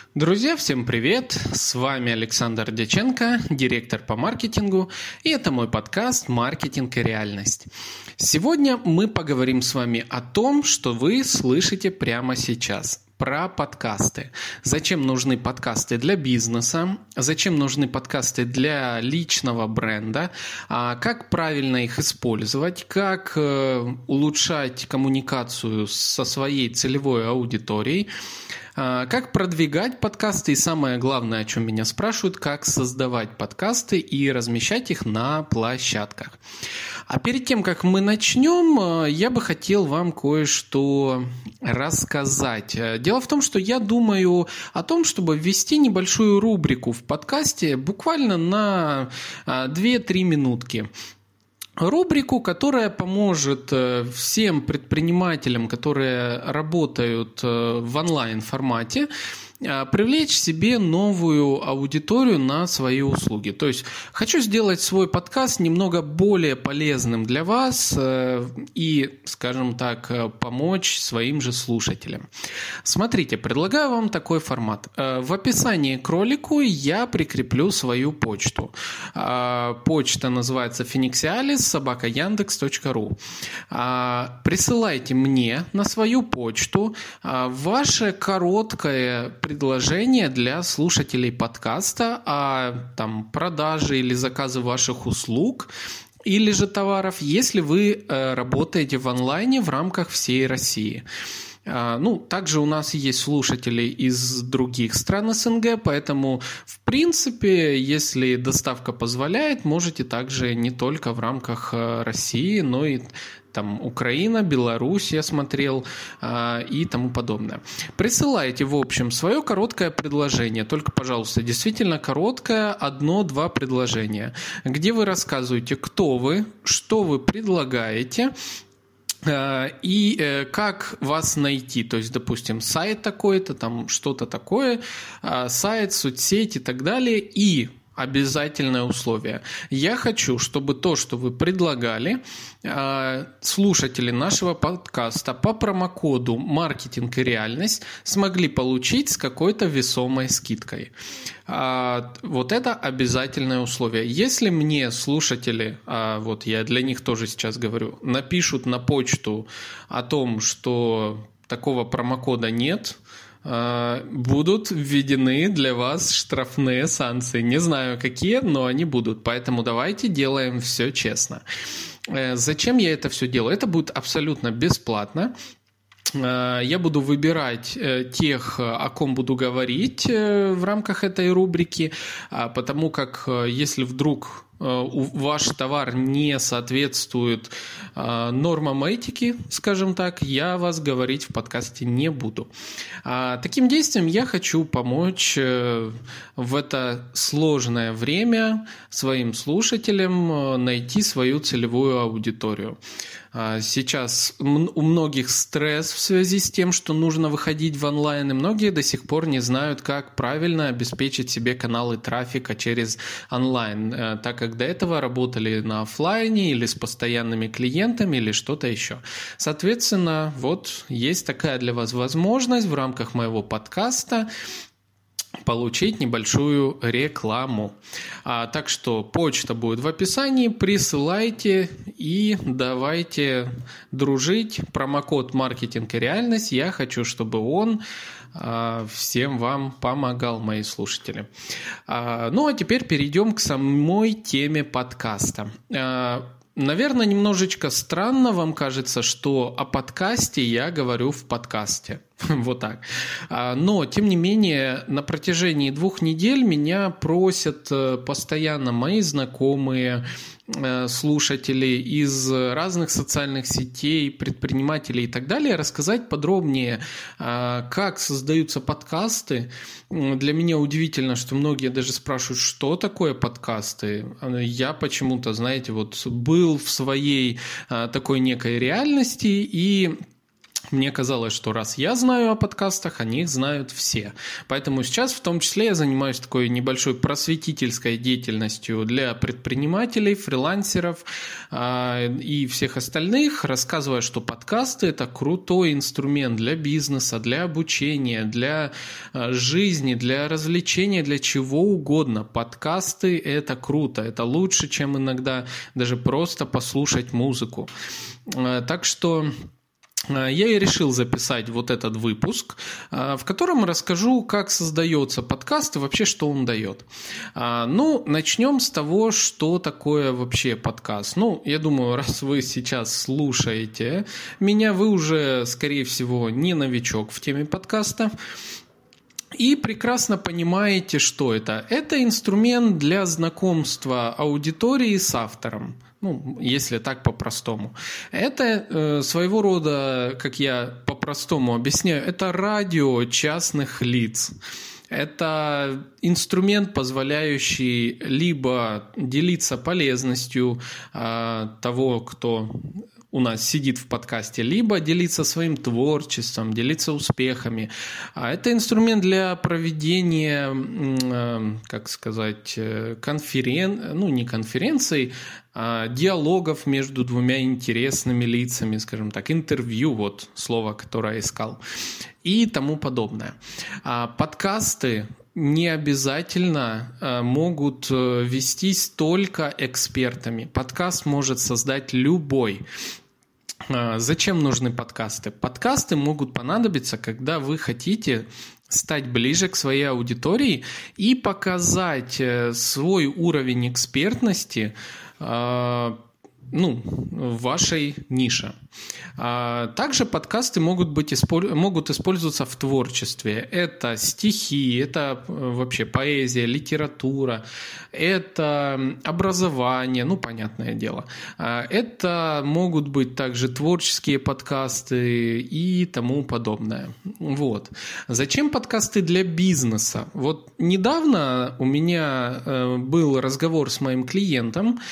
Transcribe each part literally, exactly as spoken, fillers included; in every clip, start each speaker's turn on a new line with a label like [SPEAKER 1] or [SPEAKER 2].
[SPEAKER 1] Друзья, всем привет! С вами Александр Дьяченко, директор по маркетингу, и это мой подкаст «Маркетинг и реальность». Сегодня мы поговорим с вами о том, что вы слышите прямо сейчас. Про подкасты. Зачем нужны подкасты для бизнеса? Зачем нужны подкасты для личного бренда? Как правильно их использовать? Как улучшать коммуникацию со своей целевой аудиторией? Как продвигать подкасты и самое главное, о чем меня спрашивают, как создавать подкасты и размещать их на площадках. А перед тем, как мы начнем, я бы хотел вам кое-что рассказать. Дело в том, что я думаю о том, чтобы ввести небольшую рубрику в подкасте буквально на две-три минутки. Рубрику, которая поможет всем предпринимателям, которые работают в онлайн-формате, привлечь себе новую аудиторию на свои услуги. То есть хочу сделать свой подкаст немного более полезным для вас и, скажем так, помочь своим же слушателям. Смотрите, предлагаю вам такой формат. В описании к ролику я прикреплю свою почту. Почта называется финиксиалис собака яндекс точка ру. Присылайте мне на свою почту ваше короткое предложение для слушателей подкаста о там, продаже или заказе ваших услуг или же товаров, если вы э, работаете в онлайне в рамках всей России. Ну, также у нас есть слушатели из других стран СНГ, поэтому, в принципе, если доставка позволяет, можете также не только в рамках России, но и там Украина, Беларусь, я смотрел, и тому подобное. Присылайте, в общем, свое короткое предложение, только, пожалуйста, действительно короткое, одно-два предложения, где вы рассказываете, кто вы, что вы предлагаете, и как вас найти, то есть, допустим, сайт такой-то, там что-то такое, сайт, соцсети и так далее, и обязательное условие. Я хочу, чтобы то, что вы предлагали, слушатели нашего подкаста по промокоду «Маркетинг и реальность» смогли получить с какой-то весомой скидкой. Вот это обязательное условие. Если мне слушатели, вот я для них тоже сейчас говорю, напишут на почту о том, что такого промокода нет, будут введены для вас штрафные санкции. Не знаю какие, но они будут. Поэтому давайте делаем все честно. Зачем я это все делаю? Это будет абсолютно бесплатно. Я буду выбирать тех, о ком буду говорить в рамках этой рубрики, потому как если вдруг ваш товар не соответствует нормам этики, скажем так, я вас говорить в подкасте не буду. Таким действием я хочу помочь в это сложное время своим слушателям найти свою целевую аудиторию. Сейчас у многих стресс в связи с тем, что нужно выходить в онлайн, и многие до сих пор не знают, как правильно обеспечить себе каналы трафика через онлайн, так как до этого работали на офлайне или с постоянными клиентами или что-то еще. Соответственно, вот есть такая для вас возможность в рамках моего подкаста получить небольшую рекламу. А, так что почта будет в описании, присылайте и давайте дружить. Промокод «Маркетинг и реальность». Я хочу, чтобы он а, всем вам помогал, мои слушатели. А, ну а теперь перейдем к самой теме подкаста. А, Наверное, немножечко странно вам кажется, что о подкасте я говорю в подкасте. Вот так. Но, тем не менее, на протяжении двух недель меня просят постоянно мои знакомые, слушатели из разных социальных сетей, предпринимателей и так далее рассказать подробнее, как создаются подкасты. Для меня удивительно, что многие даже спрашивают, что такое подкасты. Я почему-то, знаете, вот был в своей такой некой реальности и Мне казалось, что раз я знаю о подкастах, о них знают все. Поэтому сейчас в том числе я занимаюсь такой небольшой просветительской деятельностью для предпринимателей, фрилансеров э, и всех остальных, рассказывая, что подкасты – это крутой инструмент для бизнеса, для обучения, для э, жизни, для развлечения, для чего угодно. Подкасты – это круто, это лучше, чем иногда даже просто послушать музыку. Э, так что... Я и решил записать вот этот выпуск, в котором расскажу, как создается подкаст и вообще, что он дает. Ну, начнем с того, что такое вообще подкаст. Ну, я думаю, раз вы сейчас слушаете меня, вы уже, скорее всего, не новичок в теме подкаста. И прекрасно понимаете, что это. Это инструмент для знакомства аудитории с автором. Ну, если так по-простому. Это э, своего рода, как я по-простому объясняю, это радио частных лиц. Это инструмент, позволяющий либо делиться полезностью э, того, кто у нас сидит в подкасте, либо делиться своим творчеством, делиться успехами. А это инструмент для проведения, как сказать, конферен... ну не конференций, а диалогов между двумя интересными лицами, скажем так, интервью, вот слово, которое я искал, и тому подобное. А подкасты не обязательно могут вестись только экспертами. Подкаст может создать любой. Зачем нужны подкасты? Подкасты могут понадобиться, когда вы хотите стать ближе к своей аудитории и показать свой уровень экспертности, ну, в вашей нише. Также подкасты могут, быть, могут использоваться в творчестве. Это стихи, это вообще поэзия, литература, это образование, ну, понятное дело. Это могут быть также творческие подкасты и тому подобное. Вот. Зачем подкасты для бизнеса? Вот недавно у меня был разговор с моим клиентом,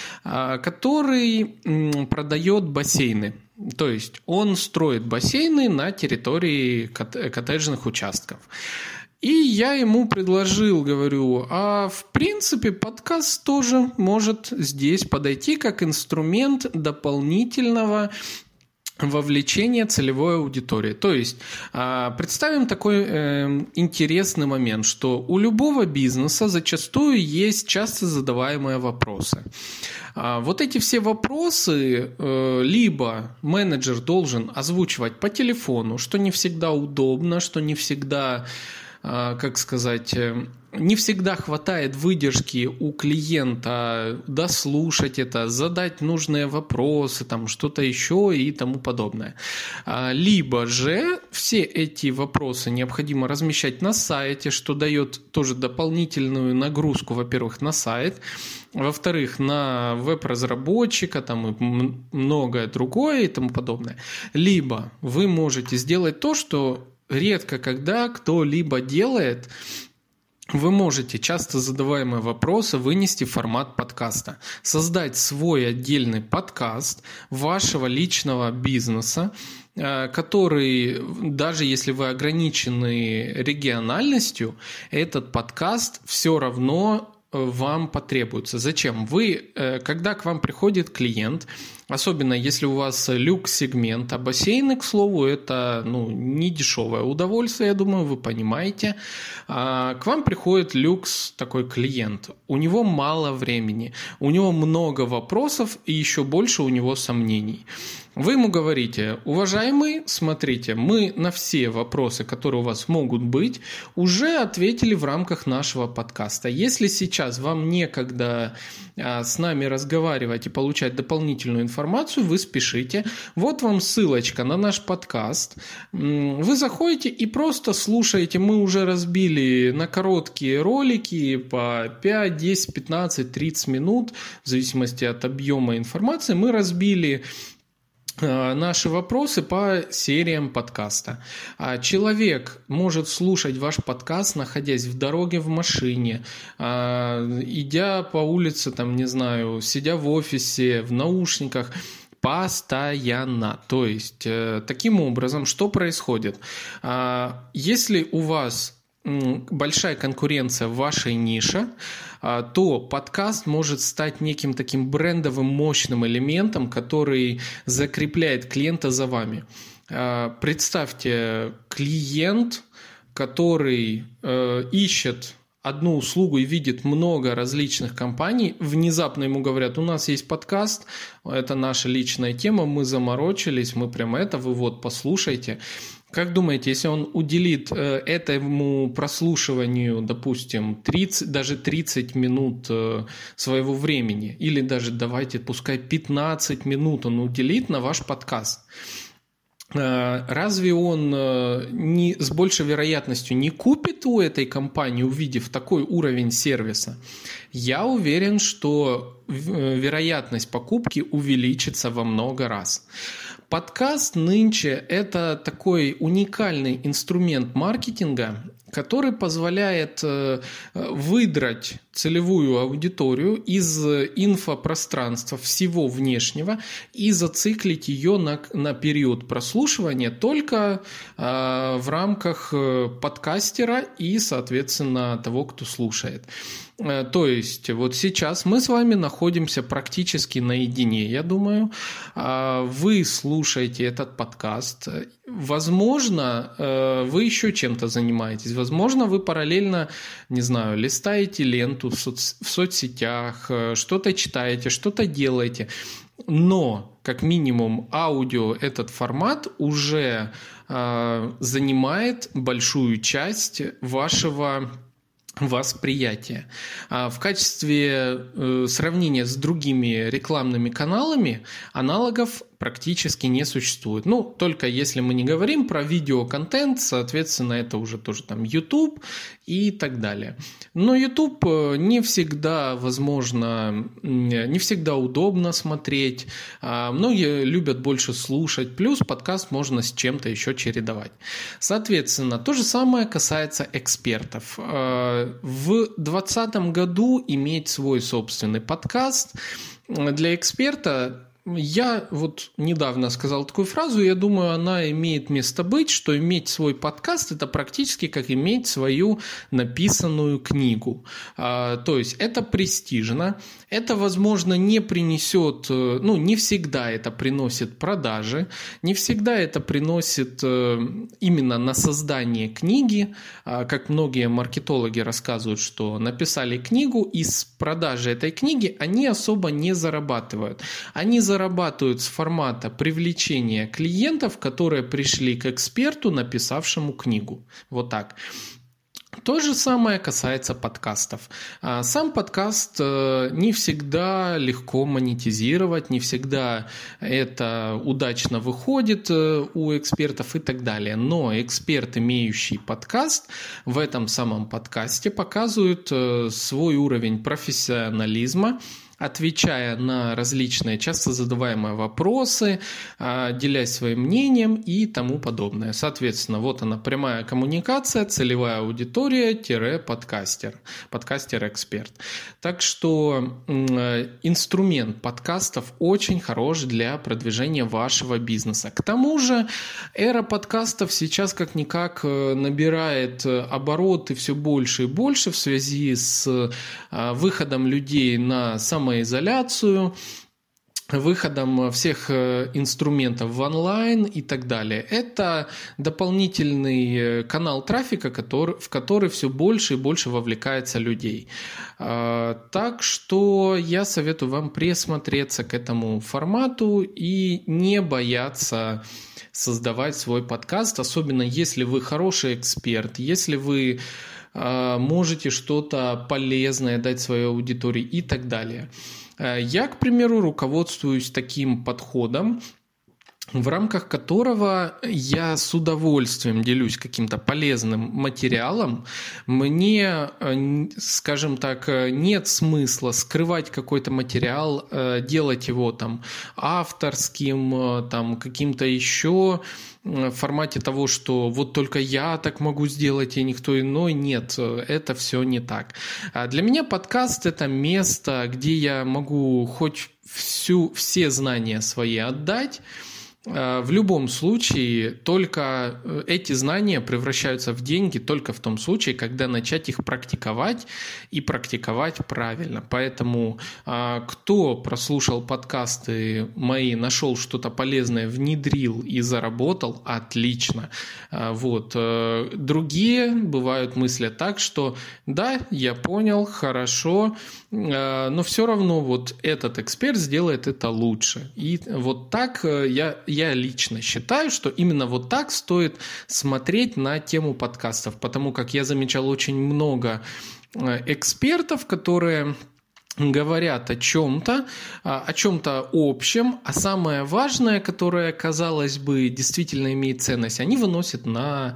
[SPEAKER 1] который продает бассейны. То есть он строит бассейны на территории коттеджных участков. И я ему предложил, говорю, а в принципе подкаст тоже может здесь подойти как инструмент дополнительного вовлечение целевой аудитории. То есть представим такой э, интересный момент, что у любого бизнеса зачастую есть часто задаваемые вопросы. А вот эти все вопросы э, либо менеджер должен озвучивать по телефону, что не всегда удобно, что не всегда, э, как сказать, э, не всегда хватает выдержки у клиента дослушать это, задать нужные вопросы, там что-то еще и тому подобное. Либо же все эти вопросы необходимо размещать на сайте, что дает тоже дополнительную нагрузку, во-первых, на сайт, во-вторых, на веб-разработчика там и многое другое и тому подобное. Либо вы можете сделать то, что редко когда кто-либо делает. Вы можете часто задаваемые вопросы вынести в формат подкаста, создать свой отдельный подкаст вашего личного бизнеса, который, даже если вы ограничены региональностью, этот подкаст все равно вам потребуется. Зачем? Вы, когда к вам приходит клиент, особенно если у вас люкс-сегмент, а бассейны, к слову, это ну, не дешевое удовольствие, я думаю, вы понимаете. К вам приходит люкс такой клиент, у него мало времени, у него много вопросов и еще больше у него сомнений. Вы ему говорите: уважаемый, смотрите, мы на все вопросы, которые у вас могут быть, уже ответили в рамках нашего подкаста. Если сейчас вам некогда а, с нами разговаривать и получать дополнительную информацию, вы спешите. Вот вам ссылочка на наш подкаст. Вы заходите и просто слушаете. Мы уже разбили на короткие ролики по пять, десять, пятнадцать, тридцать минут, в зависимости от объема информации. Мы разбили наши вопросы по сериям подкаста. Человек может слушать ваш подкаст, находясь в дороге, в машине, идя по улице, там, не знаю, сидя в офисе, в наушниках. Постоянно. То есть, э, таким образом, что происходит? А, если у вас большая конкуренция в вашей нише, то подкаст может стать неким таким брендовым мощным элементом, который закрепляет клиента за вами. Представьте, клиент, который ищет одну услугу и видит много различных компаний, внезапно ему говорят: у нас есть подкаст, это наша личная тема, мы заморочились, мы прямо это, вы вот послушайте. Как думаете, если он уделит э, этому прослушиванию, допустим, тридцать, даже тридцать минут э, своего времени, или даже давайте, пускай пятнадцать минут он уделит на ваш подкаст, э, разве он э, не, с большей вероятностью не купит у этой компании, увидев такой уровень сервиса? Я уверен, что вероятность покупки увеличится во много раз. Подкаст нынче – это такой уникальный инструмент маркетинга, который позволяет выдрать целевую аудиторию из инфопространства всего внешнего и зациклить ее на, на период прослушивания только э, в рамках подкастера и, соответственно, того, кто слушает. То есть вот сейчас мы с вами находимся практически наедине, я думаю. Вы слушаете этот подкаст. Возможно, вы еще чем-то занимаетесь. Возможно, вы параллельно, не знаю, листаете ленту в, соц... в соцсетях, что-то читаете, что-то делаете. Но, как минимум, аудио, этот формат уже занимает большую часть вашего восприятие. В качестве сравнения с другими рекламными каналами аналогов практически не существует. Ну, только если мы не говорим про видеоконтент, соответственно, это уже тоже там YouTube и так далее. Но YouTube не всегда возможно, не всегда удобно смотреть. Многие любят больше слушать, плюс подкаст можно с чем-то еще чередовать. Соответственно, то же самое касается экспертов. В двадцатом году иметь свой собственный подкаст для эксперта. Я вот недавно сказал такую фразу, я думаю, она имеет место быть, что иметь свой подкаст – это практически как иметь свою написанную книгу. А, то есть это престижно, это, возможно, не принесет, ну, не всегда это приносит продажи, не всегда это приносит именно на создание книги, как многие маркетологи рассказывают, что написали книгу, и с продажи этой книги они особо не зарабатывают. Они зарабатывают зарабатывают с формата привлечения клиентов, которые пришли к эксперту, написавшему книгу. Вот так. То же самое касается подкастов. Сам подкаст не всегда легко монетизировать, не всегда это удачно выходит у экспертов и так далее. Но эксперт, имеющий подкаст, в этом самом подкасте показывает свой уровень профессионализма, отвечая на различные часто задаваемые вопросы, делясь своим мнением и тому подобное. Соответственно, вот она, прямая коммуникация, целевая аудитория-подкастер, подкастер-эксперт. Так что инструмент подкастов очень хорош для продвижения вашего бизнеса. К тому же эра подкастов сейчас как-никак набирает обороты все больше и больше в связи с выходом людей на самоизоляцию, выходом всех инструментов в онлайн и так далее. Это дополнительный канал трафика, который, в который все больше и больше вовлекается людей. Так что я советую вам присмотреться к этому формату и не бояться создавать свой подкаст, особенно если вы хороший эксперт, если вы можете что-то полезное дать своей аудитории и так далее. Я, к примеру, руководствуюсь таким подходом, в рамках которого я с удовольствием делюсь каким-то полезным материалом. Мне, скажем так, нет смысла скрывать какой-то материал, делать его там авторским, там каким-то еще в формате того, что вот только я так могу сделать и никто иной. Нет, это все не так. Для меня подкаст – это место, где я могу хоть всю, все знания свои отдать. В любом случае, только эти знания превращаются в деньги только в том случае, когда начать их практиковать и практиковать правильно. Поэтому кто прослушал подкасты мои, нашел что-то полезное, внедрил и заработал, отлично. Вот. Другие бывают мыслят так, что да, я понял, хорошо, но все равно вот этот эксперт сделает это лучше. И вот так я Я лично считаю, что именно вот так стоит смотреть на тему подкастов, потому как я замечал очень много экспертов, которые говорят о чем-то, о чем-то общем, а самое важное, которое, казалось бы, действительно имеет ценность, они выносят на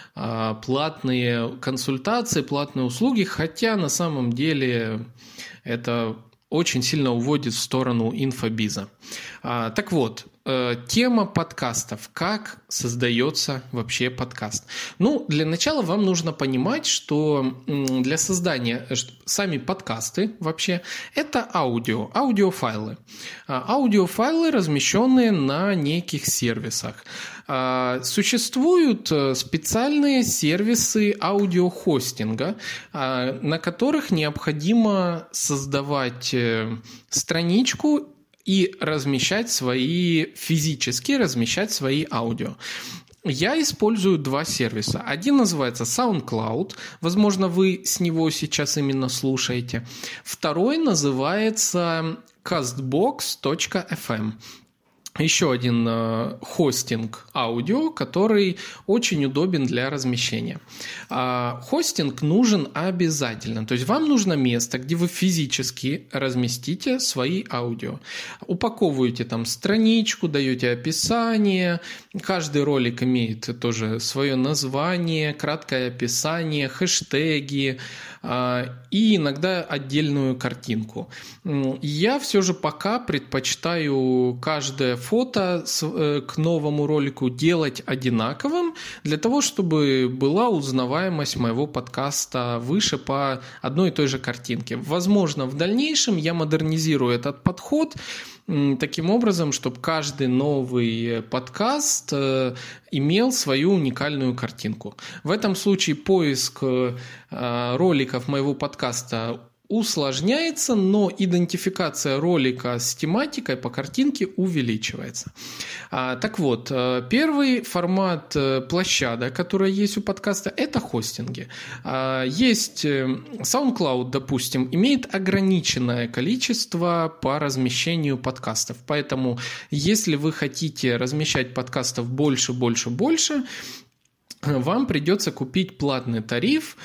[SPEAKER 1] платные консультации, платные услуги, хотя на самом деле это очень сильно уводит в сторону инфобиза. Так вот, тема подкастов. Как создается вообще подкаст? Ну, для начала вам нужно понимать, что для создания сами подкасты вообще это аудио, аудиофайлы. Аудиофайлы, размещенные на неких сервисах. Существуют специальные сервисы аудиохостинга, на которых необходимо создавать страничку и размещать свои, физически размещать свои аудио. Я использую два сервиса. Один называется SoundCloud, возможно, вы с него сейчас именно слушаете. Второй называется кастбокс точка эф эм. Еще один э, хостинг аудио, который очень удобен для размещения. А, хостинг нужен обязательно. То есть вам нужно место, где вы физически разместите свои аудио. Упаковываете там страничку, даете описание. Каждый ролик имеет тоже свое название, краткое описание, хэштеги э, и иногда отдельную картинку. Я все же пока предпочитаю каждое фото к новому ролику делать одинаковым, для того, чтобы была узнаваемость моего подкаста выше по одной и той же картинке. Возможно, в дальнейшем я модернизирую этот подход таким образом, чтобы каждый новый подкаст имел свою уникальную картинку. В этом случае поиск роликов моего подкаста усложняется, но идентификация ролика с тематикой по картинке увеличивается. А, так вот, первый формат площадок, которая есть у подкаста, это хостинги. А, есть SoundCloud, допустим, имеет ограниченное количество по размещению подкастов. Поэтому, если вы хотите размещать подкастов больше, больше, больше, вам придется купить платный тариф.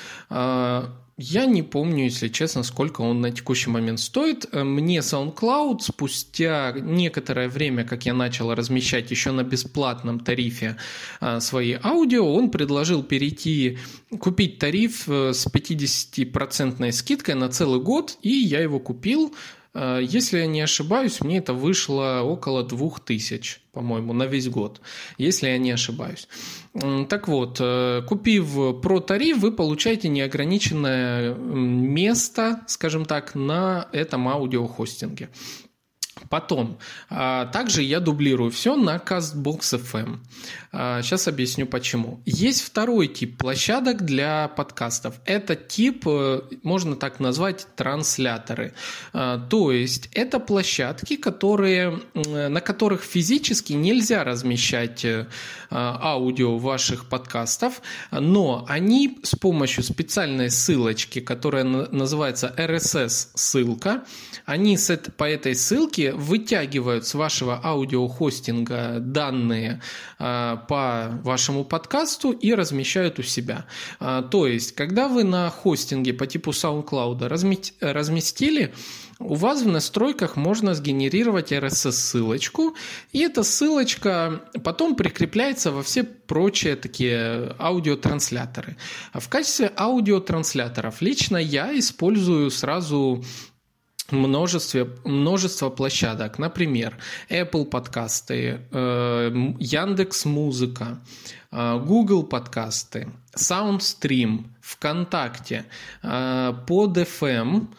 [SPEAKER 1] Я не помню, если честно, сколько он на текущий момент стоит. Мне SoundCloud спустя некоторое время, как я начал размещать еще на бесплатном тарифе свои аудио, он предложил перейти, купить тариф с пятидесятипроцентной скидкой на целый год, и я его купил. Если я не ошибаюсь, мне это вышло около двух тысяч, по-моему, на весь год, если я не ошибаюсь. Так вот, купив про-тариф, вы получаете неограниченное место, скажем так, на этом аудиохостинге. Потом, также я дублирую все на кастбокс точка эф эм. Сейчас объясню почему. Есть второй тип площадок для подкастов. Это тип, можно так назвать, трансляторы. То есть это площадки, которые, на которых физически нельзя размещать аудио ваших подкастов, но они с помощью специальной ссылочки, которая называется эр эс эс-ссылка, они по этой ссылке вытягивают с вашего аудиохостинга данные э, по вашему подкасту и размещают у себя. Э, то есть, когда вы на хостинге по типу SoundCloud разместили, разместили, у вас в настройках можно сгенерировать эр эс эс-ссылочку, и эта ссылочка потом прикрепляется во все прочие такие аудиотрансляторы. В качестве аудиотрансляторов лично я использую сразу множестве, множество площадок. Например, Apple подкасты, Яндекс.Музыка, Google подкасты, SoundStream, ВКонтакте, Под эф эм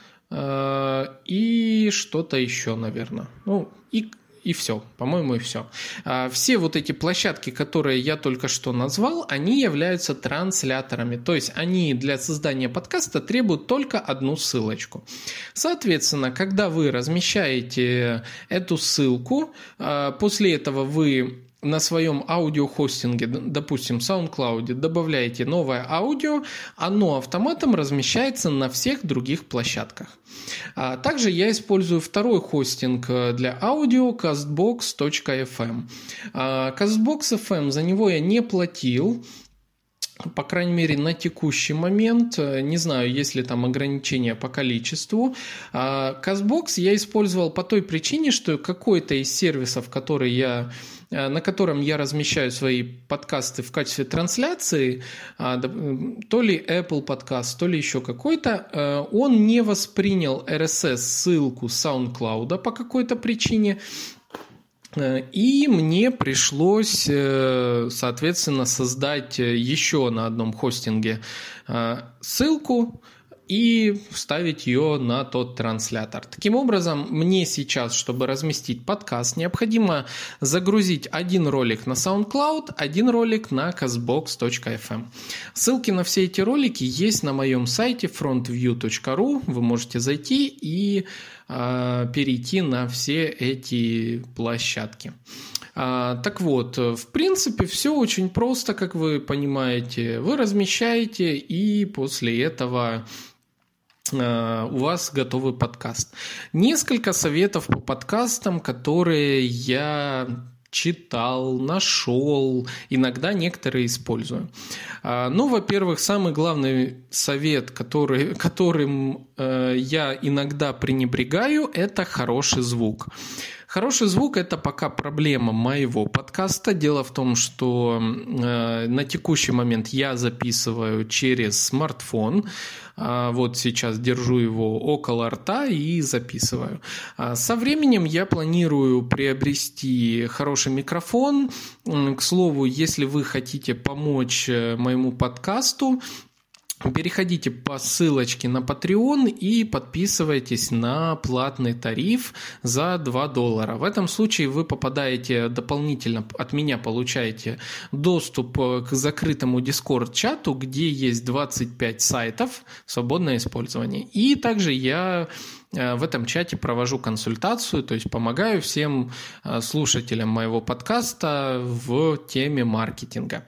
[SPEAKER 1] и что-то еще, наверное. Ну, и И все, по-моему, и все. Все вот эти площадки, которые я только что назвал, они являются трансляторами. То есть они для создания подкаста требуют только одну ссылочку. Соответственно, когда вы размещаете эту ссылку, после этого вы на своем аудиохостинге, допустим, SoundCloud, добавляете новое аудио, оно автоматом размещается на всех других площадках. Также я использую второй хостинг для аудио Castbox точка эф эм. Castbox точка эф эм, за него я не платил. По крайней мере, на текущий момент. Не знаю, есть ли там ограничения по количеству. Castbox я использовал по той причине, что какой-то из сервисов, который я, на котором я размещаю свои подкасты в качестве трансляции, то ли Apple подкаст, то ли еще какой-то, он не воспринял эр эс эс-ссылку SoundCloud по какой-то причине. И мне пришлось, соответственно, создать еще на одном хостинге ссылку и вставить ее на тот транслятор. Таким образом, мне сейчас, чтобы разместить подкаст, необходимо загрузить один ролик на SoundCloud, один ролик на Castbox точка эф эм. Ссылки на все эти ролики есть на моем сайте фронтвью точка ру. Вы можете зайти и э, перейти на все эти площадки. Так вот, в принципе, все очень просто, как вы понимаете. Вы размещаете, и после этого у вас готовый подкаст. Несколько советов по подкастам, которые я читал, нашел, иногда некоторые использую. Ну, во-первых, самый главный совет, который, которым я иногда пренебрегаю, это хороший звук. Хороший звук – это пока проблема моего подкаста. Дело в том, что э, на текущий момент я записываю через смартфон. Э, вот сейчас держу его около рта и записываю. Э, со временем я планирую приобрести хороший микрофон. Э, к слову, если вы хотите помочь моему подкасту, переходите по ссылочке на Patreon и подписывайтесь на платный тариф за два доллара. В этом случае вы попадаете дополнительно, от меня получаете доступ к закрытому Discord-чату, где есть двадцать пять сайтов в свободное использование. И также я в этом чате провожу консультацию, то есть помогаю всем слушателям моего подкаста в теме маркетинга.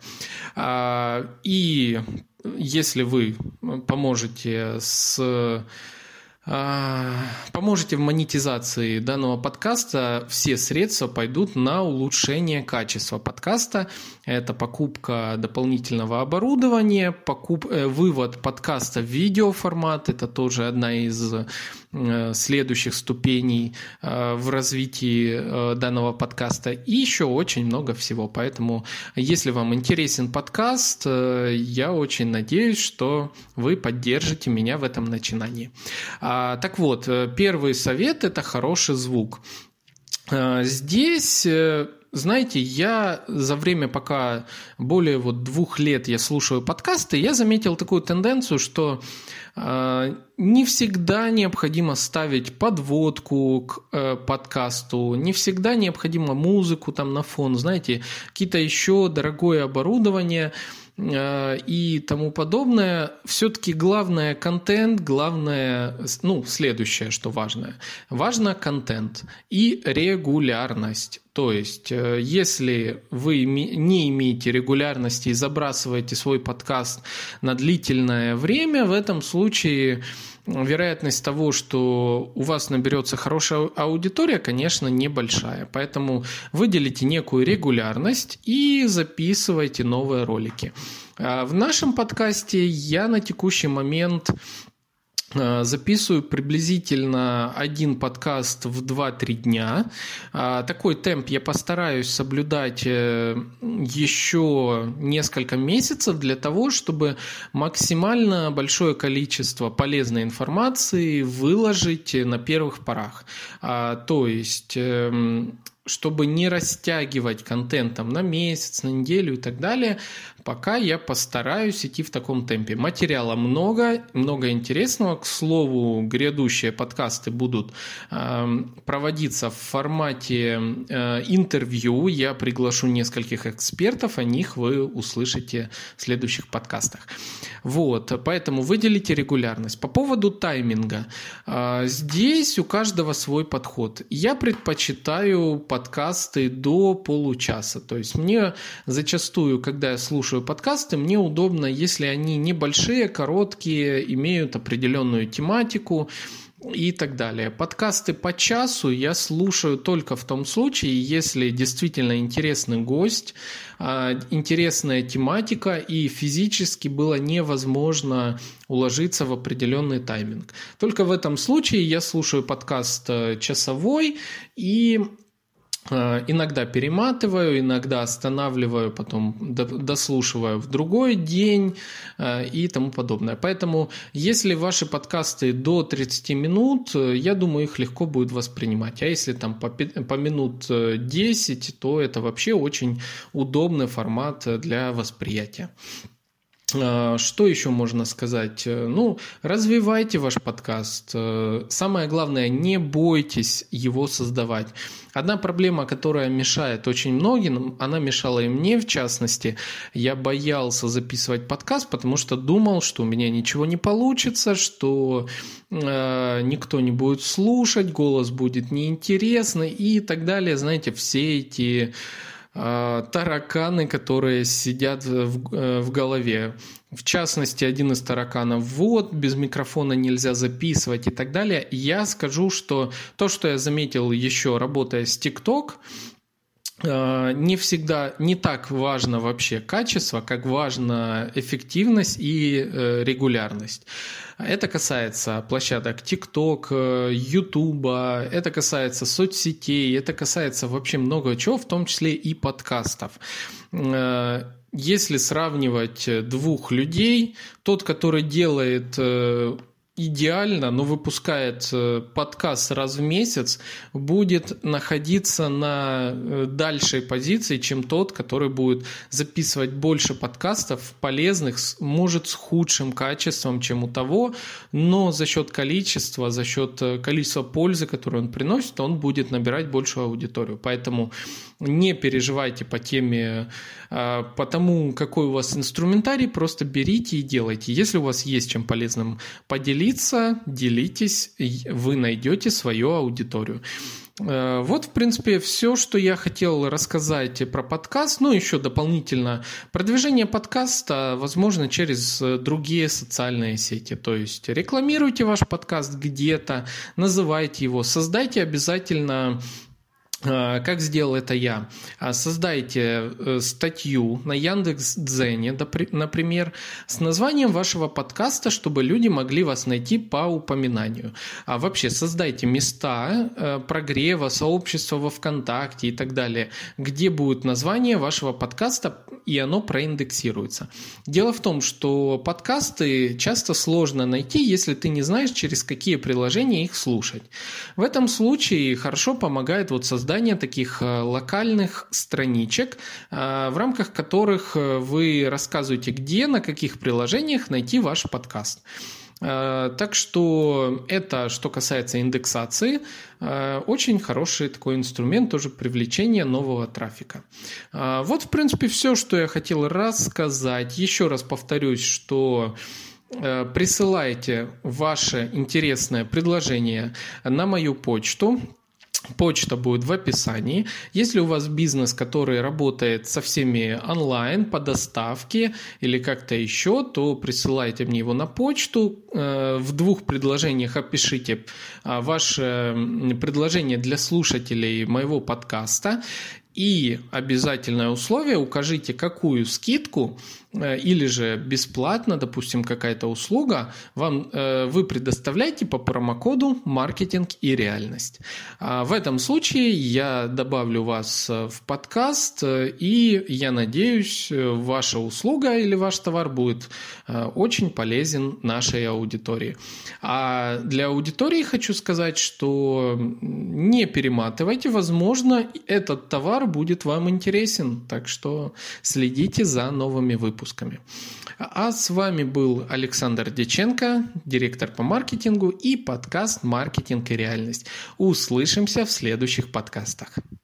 [SPEAKER 1] И если вы поможете с поможете в монетизации данного подкаста, все средства пойдут на улучшение качества подкаста. Это покупка дополнительного оборудования, покуп... вывод подкаста в видеоформат. Это тоже одна из следующих ступеней в развитии данного подкаста. И еще очень много всего. Поэтому, если вам интересен подкаст, я очень надеюсь, что вы поддержите меня в этом начинании. Так вот, первый совет – это хороший звук. Здесь, знаете, я за время, пока более вот двух лет я слушаю подкасты, я заметил такую тенденцию, что не всегда необходимо ставить подводку к подкасту, не всегда необходимо музыку там на фон, знаете, какие-то еще дорогое оборудование и тому подобное. Все-таки главное контент, главное, ну, следующее, что важно. Важно контент и регулярность. То есть, если вы не имеете регулярности и забрасываете свой подкаст на длительное время, в этом случае вероятность того, что у вас наберется хорошая аудитория, конечно, небольшая. Поэтому выделите некую регулярность и записывайте новые ролики. В нашем подкасте я на текущий момент Записываю приблизительно один подкаст в два-три дня. Такой темп я постараюсь соблюдать еще несколько месяцев для того, чтобы максимально большое количество полезной информации выложить на первых порах. То есть чтобы не растягивать контентом на месяц, на неделю и так далее, пока я постараюсь идти в таком темпе. Материала много, много интересного. К слову, грядущие подкасты будут э, проводиться в формате э, интервью. Я приглашу нескольких экспертов, о них вы услышите в следующих подкастах. Вот, поэтому выделите регулярность. По поводу тайминга. Э, здесь у каждого свой подход. Я предпочитаю подкасты до получаса. То есть мне зачастую, когда я слушаю подкасты, мне удобно, если они небольшие, короткие, имеют определенную тематику и так далее. Подкасты по часу я слушаю только в том случае, если действительно интересный гость, интересная тематика и физически было невозможно уложиться в определенный тайминг. Только в этом случае я слушаю подкаст часовой и иногда перематываю, иногда останавливаю, потом дослушиваю в другой день и тому подобное. Поэтому, если ваши подкасты до тридцати минут, я думаю, их легко будет воспринимать. А если там по, по минут десять, то это вообще очень удобный формат для восприятия. Что еще можно сказать? Ну, развивайте ваш подкаст. Самое главное, не бойтесь его создавать. Одна проблема, которая мешает очень многим, она мешала и мне в частности. Я боялся записывать подкаст, потому что думал, что у меня ничего не получится, что э, никто не будет слушать, голос будет неинтересный и так далее. Знаете, все эти тараканы, которые сидят в, в голове. В частности, один из тараканов: вот, без микрофона нельзя записывать и так далее. Я скажу, что то, что я заметил еще работая с TikTok, не всегда, не так важно вообще качество, как важна эффективность и регулярность. Это касается площадок TikTok, YouTube, это касается соцсетей, это касается вообще много чего, в том числе и подкастов. Если сравнивать двух людей, тот, который делает идеально, но выпускает подкаст раз в месяц, будет находиться на дальшей позиции, чем тот, который будет записывать больше подкастов полезных, может с худшим качеством, чем у того, но за счет количества, за счет количества пользы, которую он приносит, он будет набирать большую аудиторию. Поэтому не переживайте по теме, по тому, какой у вас инструментарий, просто берите и делайте. Если у вас есть чем полезным поделиться, делитесь, вы найдете свою аудиторию. Вот, в принципе, все, что я хотел рассказать про подкаст. Ну, еще дополнительно продвижение подкаста возможно через другие социальные сети. То есть рекламируйте ваш подкаст где-то, называйте его, создайте обязательно. Как сделал это я? Создайте статью на Яндекс.Дзене, например, с названием вашего подкаста, чтобы люди могли вас найти по упоминанию. А вообще создайте места прогрева, сообщества во ВКонтакте и так далее, где будет название вашего подкаста, и оно проиндексируется. Дело в том, что подкасты часто сложно найти, если ты не знаешь, через какие приложения их слушать. В этом случае хорошо помогает вот создание таких локальных страничек, в рамках которых вы рассказываете, где, на каких приложениях найти ваш подкаст. Так что это, что касается индексации, очень хороший такой инструмент тоже привлечения нового трафика. Вот, в принципе, все, что я хотел рассказать. Еще раз повторюсь, что присылайте ваше интересное предложение на мою почту. Почта будет в описании. Если у вас бизнес, который работает со всеми онлайн, по доставке или как-то еще, то присылайте мне его на почту. В двух предложениях опишите ваше предложение для слушателей моего подкаста. И обязательное условие: укажите, какую скидку или же бесплатно, допустим, какая-то услуга, вам, вы предоставляете по промокоду «Маркетинг и реальность». В этом случае я добавлю вас в подкаст, и я надеюсь, ваша услуга или ваш товар будет очень полезен нашей аудитории. А для аудитории хочу сказать, что не перематывайте, возможно, этот товар будет вам интересен, так что следите за новыми выпусками. А с вами был Александр Дьяченко, директор по маркетингу, и подкаст «Маркетинг и реальность». Услышимся в следующих подкастах.